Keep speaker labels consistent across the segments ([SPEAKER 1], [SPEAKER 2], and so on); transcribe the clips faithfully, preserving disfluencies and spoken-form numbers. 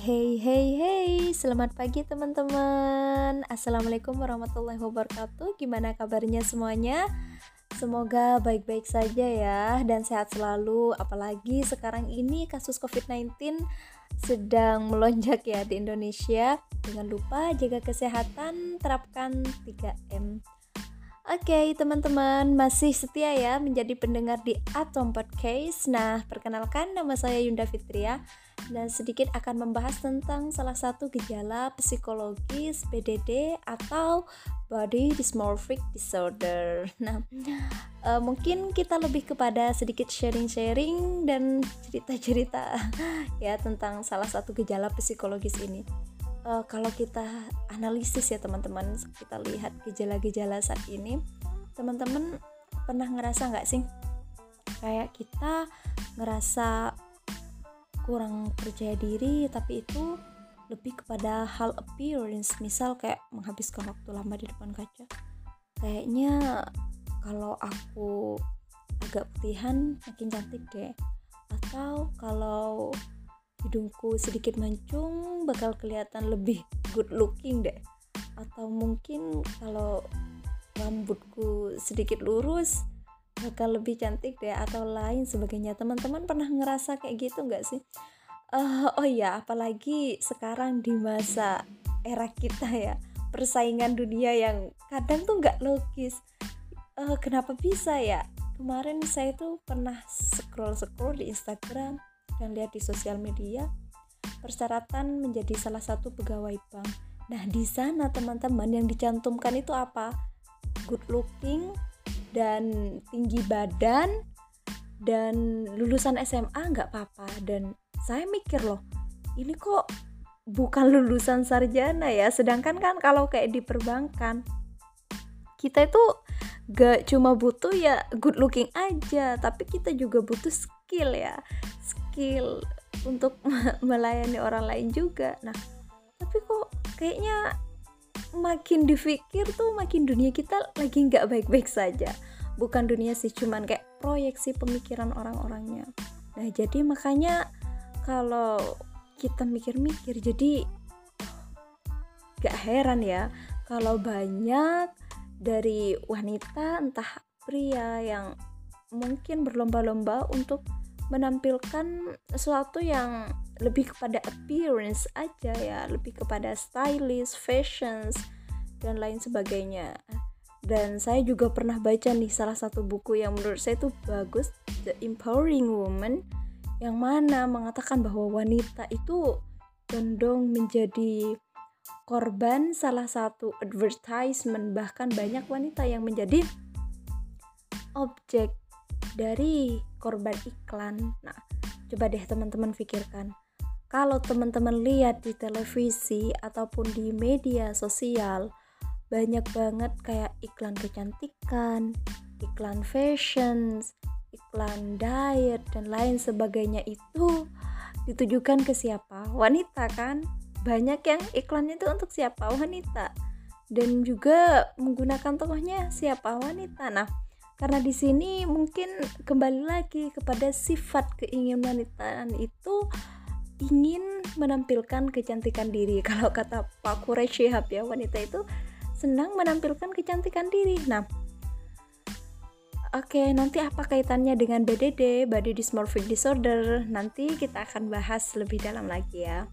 [SPEAKER 1] Hey hey hey, selamat pagi teman-teman. Assalamualaikum warahmatullahi wabarakatuh. Gimana kabarnya semuanya? Semoga baik-baik saja ya dan sehat selalu. Apalagi sekarang ini kasus covid sembilan belas sedang melonjak ya di Indonesia. Jangan lupa jaga kesehatan, terapkan tiga M. Oke okay, teman-teman, masih setia ya menjadi pendengar di Atom Podcast. Nah, perkenalkan nama saya Yunda Fitria dan sedikit akan membahas tentang salah satu gejala psikologis B D D atau Body Dysmorphic Disorder. Nah, uh, mungkin kita lebih kepada sedikit sharing-sharing dan cerita-cerita ya tentang salah satu gejala psikologis ini. Uh, kalau kita analisis ya teman-teman, kita lihat gejala-gejala saat ini, teman-teman pernah ngerasa nggak sih kayak kita ngerasa kurang percaya diri, tapi itu lebih kepada hal appearance, misal kayak menghabiskan waktu lama di depan kaca, kayaknya kalau aku agak putihan makin cantik deh, atau kalau hidungku sedikit mancung bakal kelihatan lebih good looking deh, atau mungkin kalau rambutku sedikit lurus bakal lebih cantik deh, atau lain sebagainya. Teman-teman pernah ngerasa kayak gitu nggak sih? Uh, oh ya, apalagi sekarang di masa era kita ya, persaingan dunia yang kadang tuh nggak logis. Uh, kenapa bisa ya? Kemarin saya tuh pernah scroll-scroll di Instagram dan lihat di sosial media persyaratan menjadi salah satu pegawai bank. Nah, di sana teman-teman yang dicantumkan itu apa? Good looking dan tinggi badan dan lulusan S M A nggak apa-apa. Dan saya mikir loh, ini kok bukan lulusan sarjana ya, sedangkan kan kalau kayak di perbankan kita itu gak cuma butuh ya good looking aja, tapi kita juga butuh skill ya, skill untuk melayani orang lain juga. Nah, tapi kok kayaknya makin dipikir tuh makin dunia kita lagi gak baik-baik saja. Bukan dunia sih, cuman kayak proyeksi pemikiran orang-orangnya. Nah, jadi makanya kalau kita mikir-mikir, jadi gak heran ya kalau banyak dari wanita entah pria yang mungkin berlomba-lomba untuk menampilkan sesuatu yang lebih kepada appearance aja ya, lebih kepada stylish, fashions dan lain sebagainya. Dan saya juga pernah baca nih salah satu buku yang menurut saya itu bagus, The Empowering Woman, yang mana mengatakan bahwa wanita itu condong menjadi korban salah satu advertisement, bahkan banyak wanita yang menjadi objek dari korban iklan. Nah, coba deh teman-teman pikirkan, kalau teman-teman lihat di televisi ataupun di media sosial, banyak banget kayak iklan kecantikan, iklan fashion, iklan diet dan lain sebagainya, itu ditujukan ke siapa? Wanita kan? Banyak yang iklannya itu untuk siapa? Wanita. Dan juga menggunakan tokohnya siapa? Wanita. Nah, karena di sini mungkin kembali lagi kepada sifat keinginan wanita itu ingin menampilkan kecantikan diri. Kalau kata Pak Quraish Shihab ya, wanita itu senang menampilkan kecantikan diri. Nah, oke, okay, nanti apa kaitannya dengan B D D, Body Dysmorphic Disorder? Nanti kita akan bahas lebih dalam lagi ya.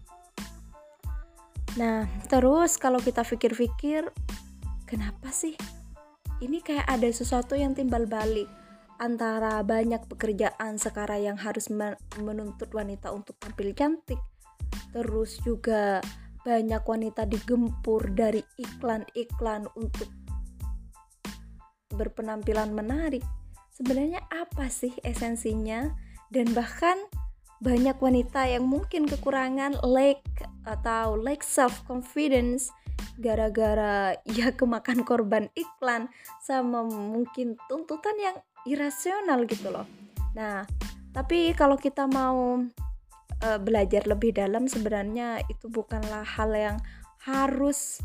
[SPEAKER 1] Nah, terus kalau kita pikir-pikir, kenapa sih ini kayak ada sesuatu yang timbal balik antara banyak pekerjaan sekarang yang harus menuntut wanita untuk tampil cantik, terus juga banyak wanita digempur dari iklan-iklan untuk berpenampilan menarik. Sebenarnya apa sih esensinya? Dan bahkan banyak wanita yang mungkin kekurangan lack atau lack self confidence gara-gara ya kemakan korban iklan sama mungkin tuntutan yang irasional gitu loh. Nah, tapi kalau kita mau uh, belajar lebih dalam, sebenarnya itu bukanlah hal yang harus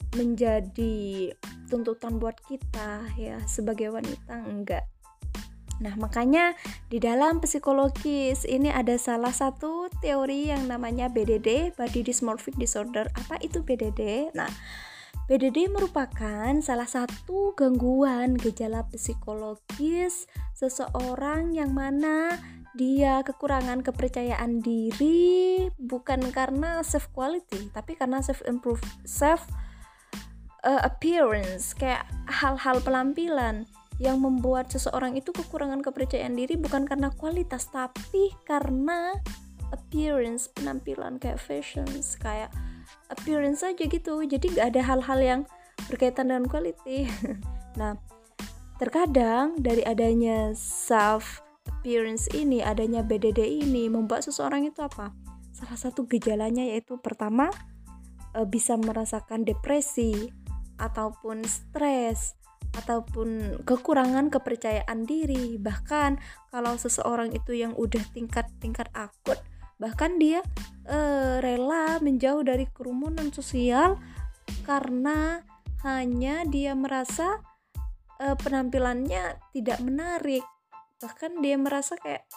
[SPEAKER 1] menjadi tuntutan buat kita ya sebagai wanita, enggak. Nah, makanya di dalam psikologis ini ada salah satu teori yang namanya B D D, Body Dysmorphic Disorder. Apa itu B D D? Nah, B D D merupakan salah satu gangguan gejala psikologis seseorang yang mana dia kekurangan kepercayaan diri bukan karena self quality, tapi karena self improve, self uh, appearance, kayak hal-hal penampilan yang membuat seseorang itu kekurangan kepercayaan diri bukan karena kualitas tapi karena appearance, penampilan, kayak fashion, kayak appearance aja gitu. Jadi gak ada hal-hal yang berkaitan dengan quality. Nah, terkadang dari adanya self appearance ini, adanya B D D ini membuat seseorang itu apa? Salah satu gejalanya yaitu pertama e, bisa merasakan depresi ataupun stres ataupun kekurangan kepercayaan diri. Bahkan kalau seseorang itu yang udah tingkat-tingkat akut, bahkan dia e, rela menjauh dari kerumunan sosial karena hanya dia merasa e, penampilannya tidak menarik. Bahkan dia merasa kayak,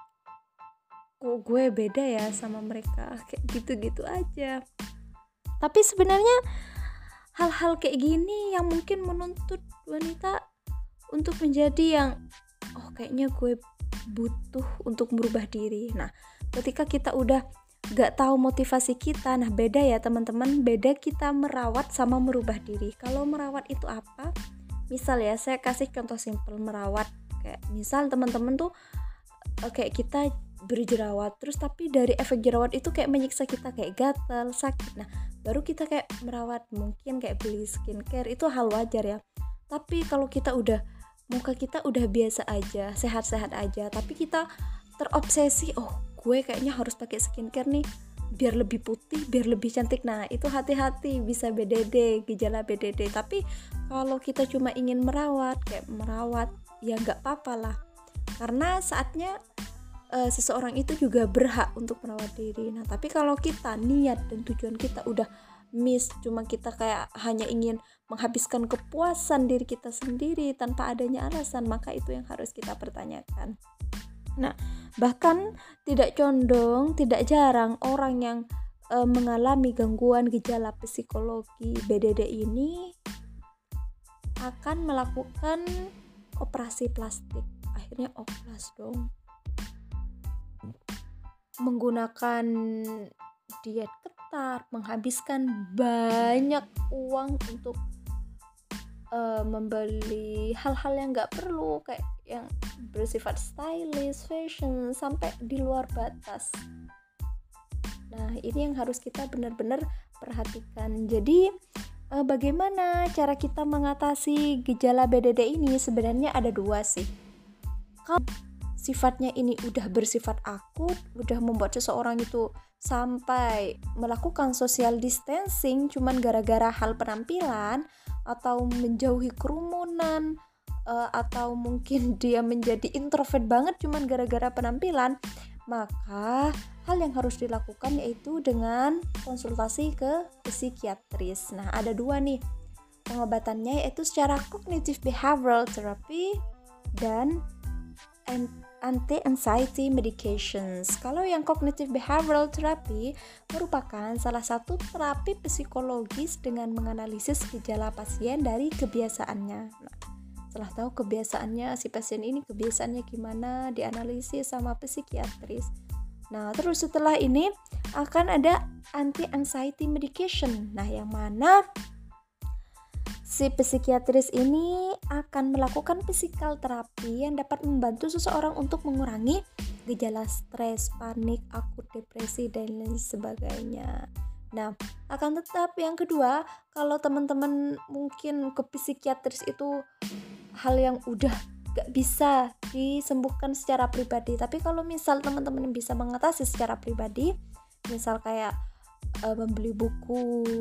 [SPEAKER 1] kok gue beda ya sama mereka, kayak gitu-gitu aja. Tapi sebenarnya hal-hal kayak gini yang mungkin menuntut wanita untuk menjadi yang, oh kayaknya gue butuh untuk merubah diri. Nah, ketika kita udah gak tahu motivasi kita, nah beda ya teman-teman, beda kita merawat sama merubah diri. Kalau merawat itu apa? Misal ya, saya kasih contoh simpel merawat. Kayak misal teman-teman tuh kayak kita berjerawat, terus tapi dari efek jerawat itu kayak menyiksa kita, kayak gatal, sakit. Nah, baru kita kayak merawat, mungkin kayak beli skincare, itu hal wajar ya. Tapi kalau kita udah, muka kita udah biasa aja, sehat-sehat aja, tapi kita terobsesi, oh gue kayaknya harus pakai skincare nih biar lebih putih, biar lebih cantik. Nah, itu hati-hati, bisa B D D, gejala B D D. Tapi kalau kita cuma ingin merawat, kayak merawat, ya nggak apa-apa lah. Karena saatnya e, seseorang itu juga berhak untuk merawat diri. Nah, tapi kalau kita niat dan tujuan kita udah miss, cuma kita kayak hanya ingin menghabiskan kepuasan diri kita sendiri tanpa adanya alasan, maka itu yang harus kita pertanyakan. Nah, bahkan tidak condong, tidak jarang orang yang e, mengalami gangguan gejala psikologi B D D ini akan melakukan operasi plastik. Akhirnya oplas dong. Menggunakan diet ketat, menghabiskan banyak uang untuk uh, membeli hal-hal yang gak perlu, kayak yang bersifat stylish, fashion, sampai di luar batas. Nah, ini yang harus kita benar-benar perhatikan. Jadi uh, bagaimana cara kita mengatasi gejala B D D ini? Sebenarnya ada dua sih. Kalau sifatnya ini udah bersifat akut, udah membuat seseorang itu sampai melakukan social distancing cuman gara-gara hal penampilan, atau menjauhi kerumunan, uh, atau mungkin dia menjadi introvert banget cuman gara-gara penampilan, maka hal yang harus dilakukan yaitu dengan konsultasi ke psikiatris. Nah, ada dua nih pengobatannya, yaitu secara cognitive behavioral therapy dan anti-anxiety medications. Kalau yang cognitive behavioral therapy merupakan salah satu terapi psikologis dengan menganalisis gejala pasien dari kebiasaannya. Nah, setelah tahu kebiasaannya, si pasien ini kebiasaannya gimana, dianalisis sama psikiatris. Nah, terus setelah ini akan ada anti-anxiety medication. Nah, yang mana si psikiatris ini akan melakukan physical terapi yang dapat membantu seseorang untuk mengurangi gejala stres, panik, akut depresi, dan lain sebagainya. Nah, akan tetap yang kedua, kalau teman-teman mungkin ke psikiatris itu hal yang udah gak bisa disembuhkan secara pribadi, tapi kalau misal teman-teman bisa mengatasi secara pribadi, misal kayak membeli buku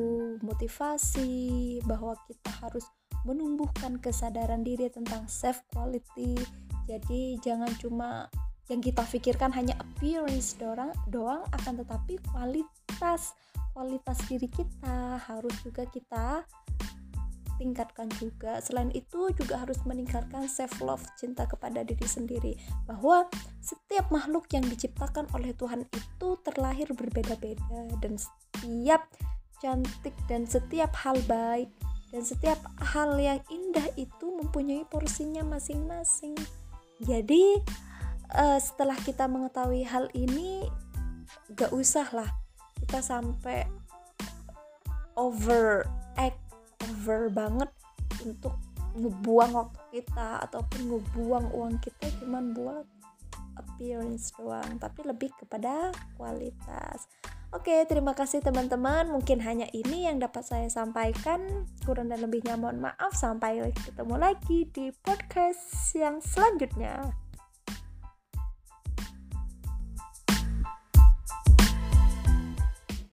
[SPEAKER 1] motivasi bahwa kita harus menumbuhkan kesadaran diri tentang self quality. Jadi jangan cuma yang kita pikirkan hanya appearance doang, doang akan tetapi kualitas kualitas diri kita harus juga kita tingkatkan juga. Selain itu juga harus meningkatkan self love, cinta kepada diri sendiri, bahwa setiap makhluk yang diciptakan oleh Tuhan itu terlahir berbeda-beda, dan setiap cantik dan setiap hal baik dan setiap hal yang indah itu mempunyai porsinya masing-masing. Jadi uh, setelah kita mengetahui hal ini, gak usah lah kita sampai over act over banget untuk ngebuang waktu kita ataupun ngebuang uang kita cuman buat appearance doang, tapi lebih kepada kualitas. Oke, terima kasih teman-teman. Mungkin hanya ini yang dapat saya sampaikan. Kurang dan lebihnya mohon maaf. Sampai ketemu lagi di podcast yang selanjutnya.